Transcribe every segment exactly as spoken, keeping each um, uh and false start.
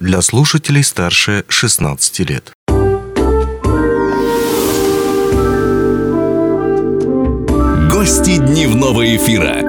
для слушателей старше шестнадцати лет. Гости дневного эфира.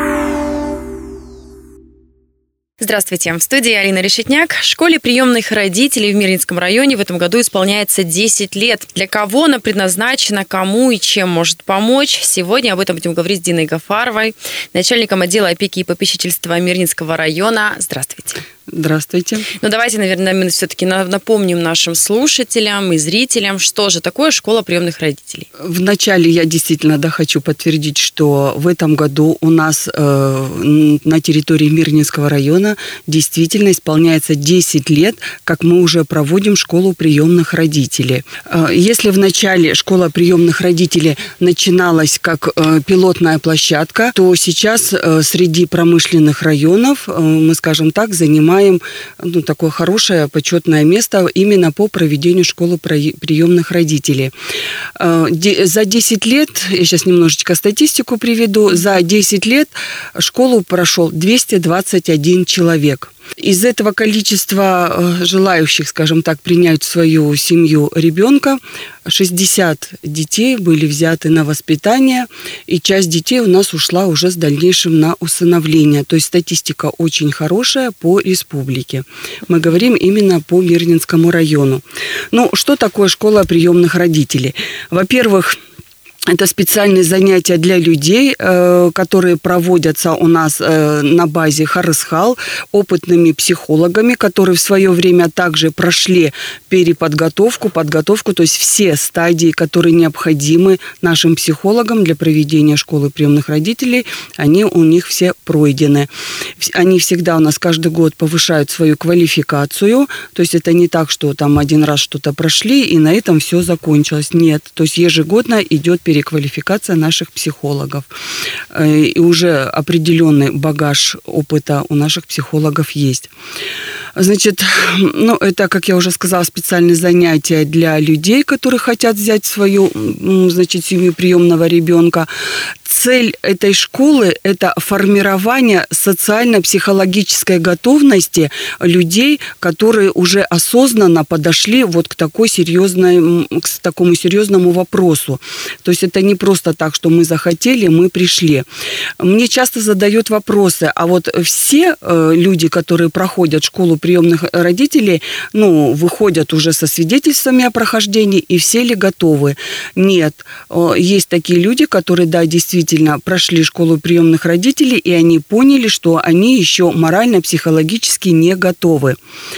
Здравствуйте. В студии Алина Решетняк. Школе приемных родителей в Мирнинском районе в этом году исполняется десять лет. Для кого она предназначена, кому и чем может помочь? Сегодня об этом будем говорить с Диной Гафаровой, начальником отдела опеки и попечительства Мирнинского района. Здравствуйте. Здравствуйте. Ну, давайте, наверное, все-таки напомним нашим слушателям и зрителям, что же такое школа приемных родителей. Вначале я действительно да, хочу подтвердить, что в этом году у нас э, на территории Мирнинского района действительно исполняется десять лет, как мы уже проводим школу приемных родителей. Э, если в начале школа приемных родителей начиналась как э, пилотная площадка, то сейчас э, среди промышленных районов э, мы, скажем так, занимаем ну, такое хорошее, почетное место именно по проведению школы приемных родителей. За десять лет, я сейчас немножечко статистику приведу, за десять лет школу прошел двести двадцать один человек. Из этого количества желающих, скажем так, принять в свою семью ребенка, шестьдесят детей были взяты на воспитание, и часть детей у нас ушла уже с дальнейшим на усыновление. То есть статистика очень хорошая по республике. Мы говорим именно по Мирнинскому району. Ну, что такое школа приемных родителей? Во-первых, это специальные занятия для людей, которые проводятся у нас на базе Харысхал опытными психологами, которые в свое время также прошли переподготовку, подготовку, то есть все стадии, которые необходимы нашим психологам для проведения школы приемных родителей, они у них все пройдены. Они всегда у нас каждый год повышают свою квалификацию, то есть это не так, что там один раз что-то прошли и на этом все закончилось. Нет, то есть ежегодно идет переподготовка. Квалификация наших психологов. И уже определенный багаж опыта у наших психологов есть. Значит, ну, это, как я уже сказала, специальные занятия для людей, которые хотят взять свою, значит, семью приемного ребенка. Цель этой школы – это формирование социально-психологической готовности людей, которые уже осознанно подошли вот к такой серьезной, к такому серьезному вопросу. То есть это не просто так, что мы захотели, мы пришли. Мне часто задают вопросы, а вот все люди, которые проходят школу приемных родителей, ну, выходят уже со свидетельствами о прохождении, и все ли готовы? Нет. Есть такие люди, которые, да, действительно, прошли школу приемных родителей, и они поняли, что они еще морально-психологически не готовы.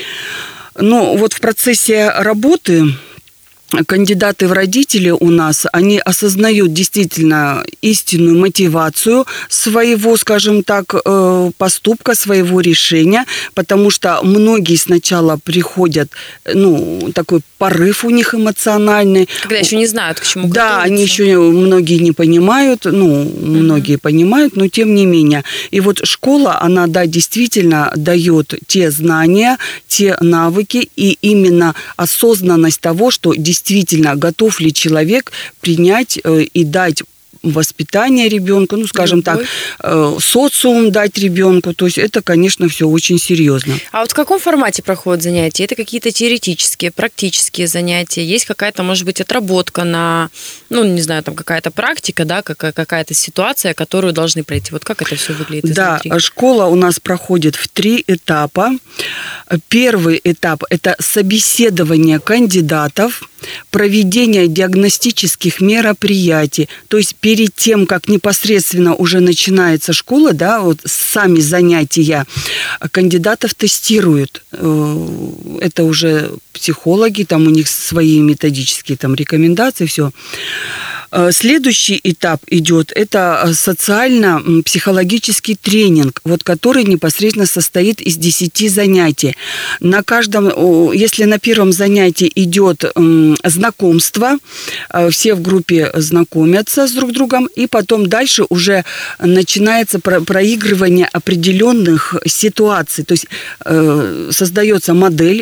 Но вот в процессе работы кандидаты в родители у нас, они осознают действительно истинную мотивацию своего, скажем так, поступка, своего решения, потому что многие сначала приходят, ну, такой порыв у них эмоциональный. Когда еще не знают, к чему Да, готовиться. они еще многие не понимают, ну, mm-hmm. многие понимают, но тем не менее. И вот школа, она, да, действительно дает те знания, те навыки и именно осознанность того, что действительно Действительно, готов ли человек принять э, и дать воспитание ребенку, ну, скажем Любовь. так, э, социум дать ребенку. То есть это, конечно, все очень серьезно. А вот в каком формате проходят занятия? Это какие-то теоретические, практические занятия? Есть какая-то, может быть, отработка на, ну, не знаю, там какая-то практика, да, какая-то ситуация, которую должны пройти? Вот как это все выглядит изнутри? Да, школа у нас проходит в три этапа. Первый этап – это собеседование кандидатов, проведение диагностических мероприятий. То есть перед тем, как непосредственно уже начинается школа, да, вот сами занятия, кандидатов тестируют. Это уже психологи, там у них свои методические там рекомендации, все. Следующий этап идет, это социально-психологический тренинг, вот, который непосредственно состоит из десяти занятий. На каждом, если на первом занятии идет знакомство, все в группе знакомятся с друг другом, и потом дальше уже начинается проигрывание определенных ситуаций. То есть создается модель,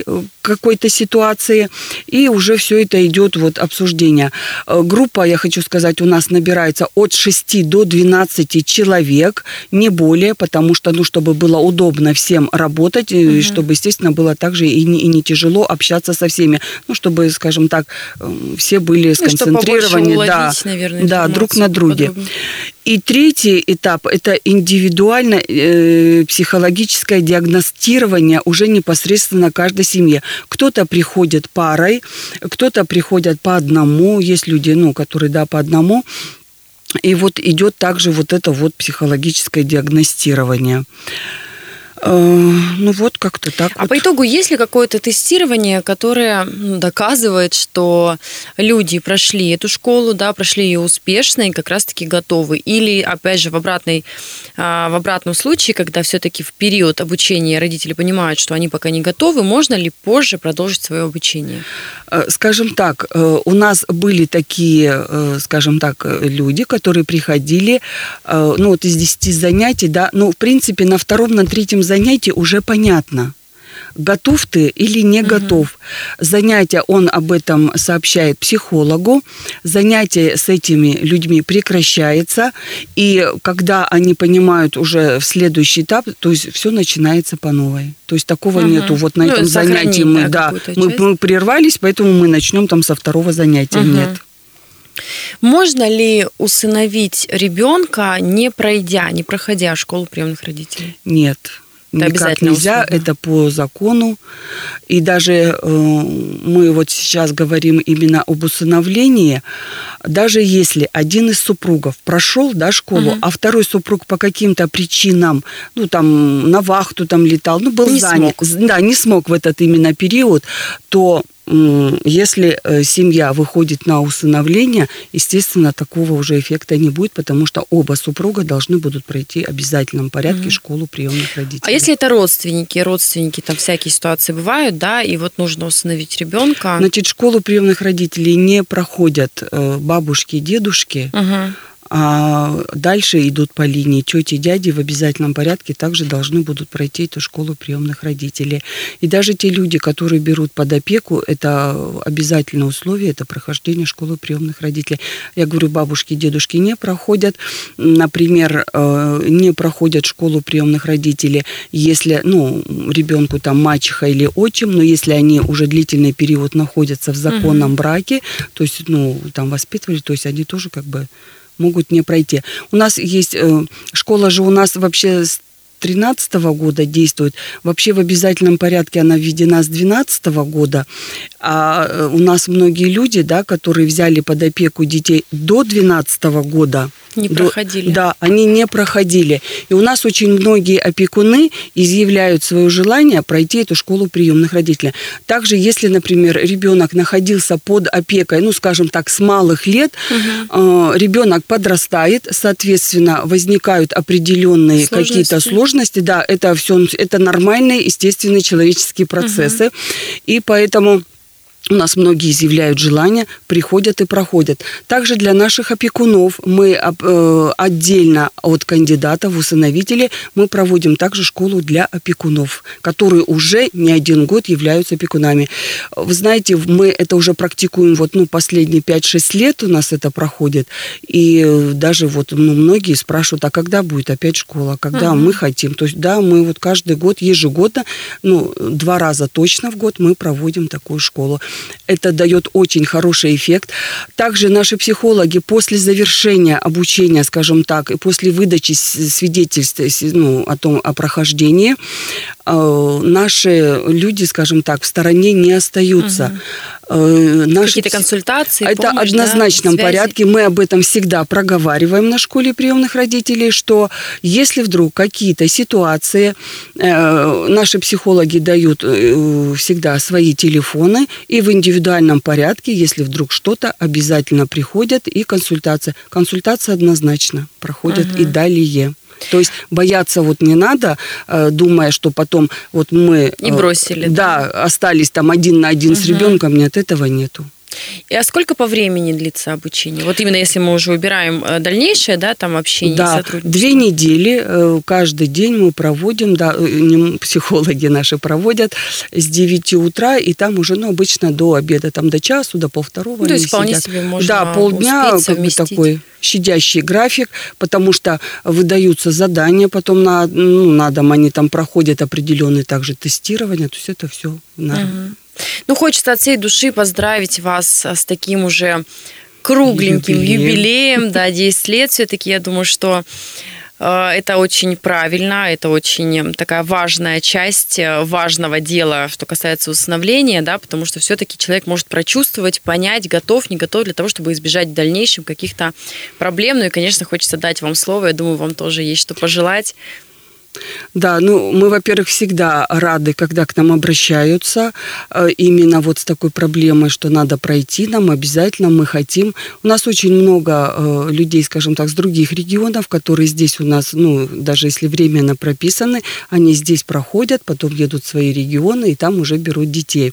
какой-то ситуации, и уже все это идет вот обсуждение. Группа, я хочу сказать, у нас набирается от шести до двенадцати человек, не более, потому что, ну, чтобы было удобно всем работать, угу. и чтобы, естественно, было также и не, и не тяжело общаться со всеми, ну, чтобы, скажем так, все были сконцентрированы, ну, да, уладить, наверное, да, друг на друге. подробнее. И третий этап – это индивидуальное э, психологическое диагностирование уже непосредственно каждой семье. Кто-то приходит парой, кто-то приходит по одному, есть люди, ну, которые, да, по одному. И вот идет также вот это вот психологическое диагностирование. Ну вот как-то так. А вот. по итогу есть ли какое-то тестирование, которое доказывает, что люди прошли эту школу, да, прошли ее успешно и как раз-таки готовы? Или, опять же, в, обратной, в обратном случае, когда все-таки в период обучения родители понимают, что они пока не готовы, можно ли позже продолжить свое обучение? Скажем так, у нас были такие, скажем так, люди, которые приходили, ну вот из десяти занятий, да, ну в принципе на втором, на третьем занятии уже понятно, готов ты или не угу. готов. Занятие, он об этом сообщает психологу, занятие с этими людьми прекращается, и когда они понимают уже в следующий этап, то есть все начинается по новой. То есть такого угу. нету. Вот на ну, этом занятии мы, да, мы, мы прервались, поэтому мы начнем там со второго занятия. Угу. Нет. Можно ли усыновить ребенка, не пройдя, не проходя школу приемных родителей? Нет. Это никак нельзя, условно. Это по закону. И даже э, мы вот сейчас говорим именно об усыновлении. Даже если один из супругов прошел, да, школу, угу. а второй супруг по каким-то причинам, ну, там, на вахту там летал, ну, был не занят, смог. да, не смог в этот именно период, то если семья выходит на усыновление, естественно, такого уже эффекта не будет, потому что оба супруга должны будут пройти в обязательном порядке mm-hmm. школу приемных родителей. А если это родственники, родственники, там всякие ситуации бывают, да, и вот нужно усыновить ребенка? Значит, школу приемных родителей не проходят бабушки и дедушки, uh-huh. а дальше идут по линии тети и дяди в обязательном порядке также должны будут пройти эту школу приемных родителей. И даже те люди, которые берут под опеку, это обязательное условие, это прохождение школы приемных родителей. Я говорю, бабушки и дедушки не проходят, например, не проходят школу приемных родителей, если, ну, ребенку там мачеха или отчим, но если они уже длительный период находятся в законном угу. браке, то есть, ну, там воспитывали, то есть они тоже как бы могут не пройти. У нас есть, э, школа же у нас вообще с тринадцатого года действует. Вообще в обязательном порядке она введена с двенадцатого года. А у нас многие люди, да, которые взяли под опеку детей до двенадцатого года, не проходили. До, да, они не проходили. И у нас очень многие опекуны изъявляют свое желание пройти эту школу приемных родителей. Также, если, например, ребенок находился под опекой, ну, скажем так, с малых лет, угу. э, ребенок подрастает, соответственно, возникают определенные сложности. Какие-то сложности. Да, это все, это нормальные, естественные человеческие процессы. Угу. И поэтому у нас многие изъявляют желание, приходят и проходят. Также для наших опекунов мы э, отдельно от кандидатов в усыновители мы проводим также школу для опекунов, которые уже не один год являются опекунами. Вы знаете, мы это уже практикуем вот, ну, последние пять-шесть лет у нас это проходит. И даже вот, ну, многие спрашивают, а когда будет опять школа, когда uh-huh. мы хотим. То есть, да, мы вот каждый год, ежегодно, ну, два раза точно в год мы проводим такую школу. Это дает очень хороший эффект. Также наши психологи после завершения обучения, скажем так, и после выдачи свидетельств, ну, о том, о прохождении, э, наши люди, скажем так, в стороне не остаются. Угу. Наши... Какие-то консультации, это помощь, в однозначном да, порядке. Мы об этом всегда проговариваем на школе приемных родителей, что если вдруг какие-то ситуации, э, наши психологи дают э, всегда свои телефоны, и в индивидуальном порядке, если вдруг что-то, обязательно приходят и консультация. Консультация однозначно проходит uh-huh. и далее. То есть бояться вот не надо, думая, что потом вот мы... И бросили. Да, да, остались там один на один uh-huh. с ребенком. Нет, этого нету. И а сколько по времени длится обучение? Вот именно если мы уже убираем дальнейшее, да, там общение, да, сотрудничество. Две недели, каждый день мы проводим, да, психологи наши проводят с девяти утра, и там уже, ну, обычно до обеда, там до часу, до полвторого. Ну, то есть вполне сидят. себе можно Да, полдня, успеть как бы совместить. такой щадящий график, потому что выдаются задания потом на, ну, на дом, они там проходят определенные также тестирования, то есть это все надо. Угу. Ну, хочется от всей души поздравить вас с таким уже кругленьким юбилеем, юбилеем, да, десять лет все-таки. Я думаю, что это очень правильно, это очень такая важная часть важного дела, что касается усыновления, да, потому что все-таки человек может прочувствовать, понять, готов, не готов для того, чтобы избежать в дальнейшем каких-то проблем. Ну и, конечно, хочется дать вам слово. Я думаю, вам тоже есть что пожелать. Да, ну мы, во-первых, всегда рады, когда к нам обращаются именно вот с такой проблемой, что надо пройти нам, обязательно мы хотим. У нас очень много людей, скажем так, с других регионов, которые здесь у нас, ну, даже если временно прописаны, они здесь проходят, потом едут в свои регионы и там уже берут детей.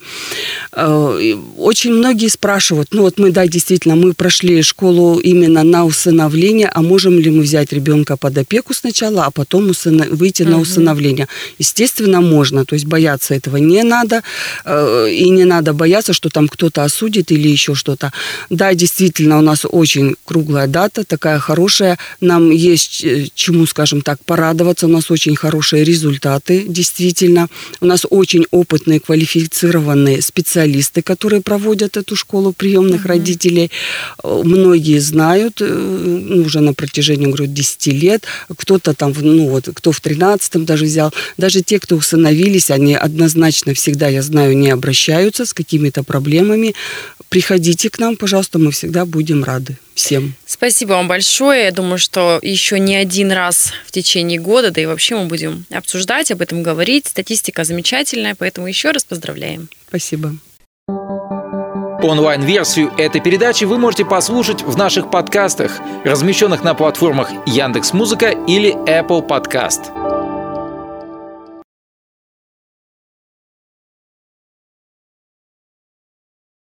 Очень многие спрашивают, ну вот мы, да, действительно, мы прошли школу именно на усыновление, а можем ли мы взять ребенка под опеку сначала, а потом усына... выйти на усыновление? Естественно, можно. То есть бояться этого не надо. И не надо бояться, что там кто-то осудит или еще что-то. Да, действительно, у нас очень круглая дата, такая хорошая. Нам есть чему, скажем так, порадоваться. У нас очень хорошие результаты, действительно. У нас очень опытные, квалифицированные специалисты, которые проводят эту школу приемных uh-huh. родителей. Многие знают уже на протяжении, говорю, десяти лет. Кто-то там, ну вот, кто в тринадцатом даже взял. Даже те, кто усыновились, они однозначно всегда, я знаю, не обращаются с какими-то проблемами. Приходите к нам, пожалуйста, мы всегда будем рады всем. Спасибо вам большое. Я думаю, что еще не один раз в течение года, да и вообще мы будем обсуждать, об этом говорить. Статистика замечательная, поэтому еще раз поздравляем. Спасибо. Онлайн-версию этой передачи вы можете послушать в наших подкастах, размещенных на платформах Яндекс.Музыка или Apple Podcast.